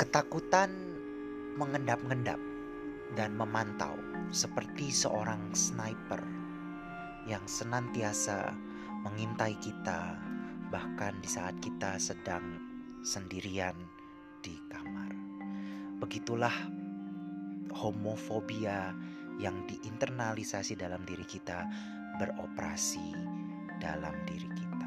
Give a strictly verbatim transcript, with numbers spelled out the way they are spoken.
Ketakutan mengendap-endap dan memantau seperti seorang sniper yang senantiasa mengintai kita, bahkan di saat kita sedang sendirian di kamar. Begitulah homofobia yang diinternalisasi dalam diri kita beroperasi dalam diri kita.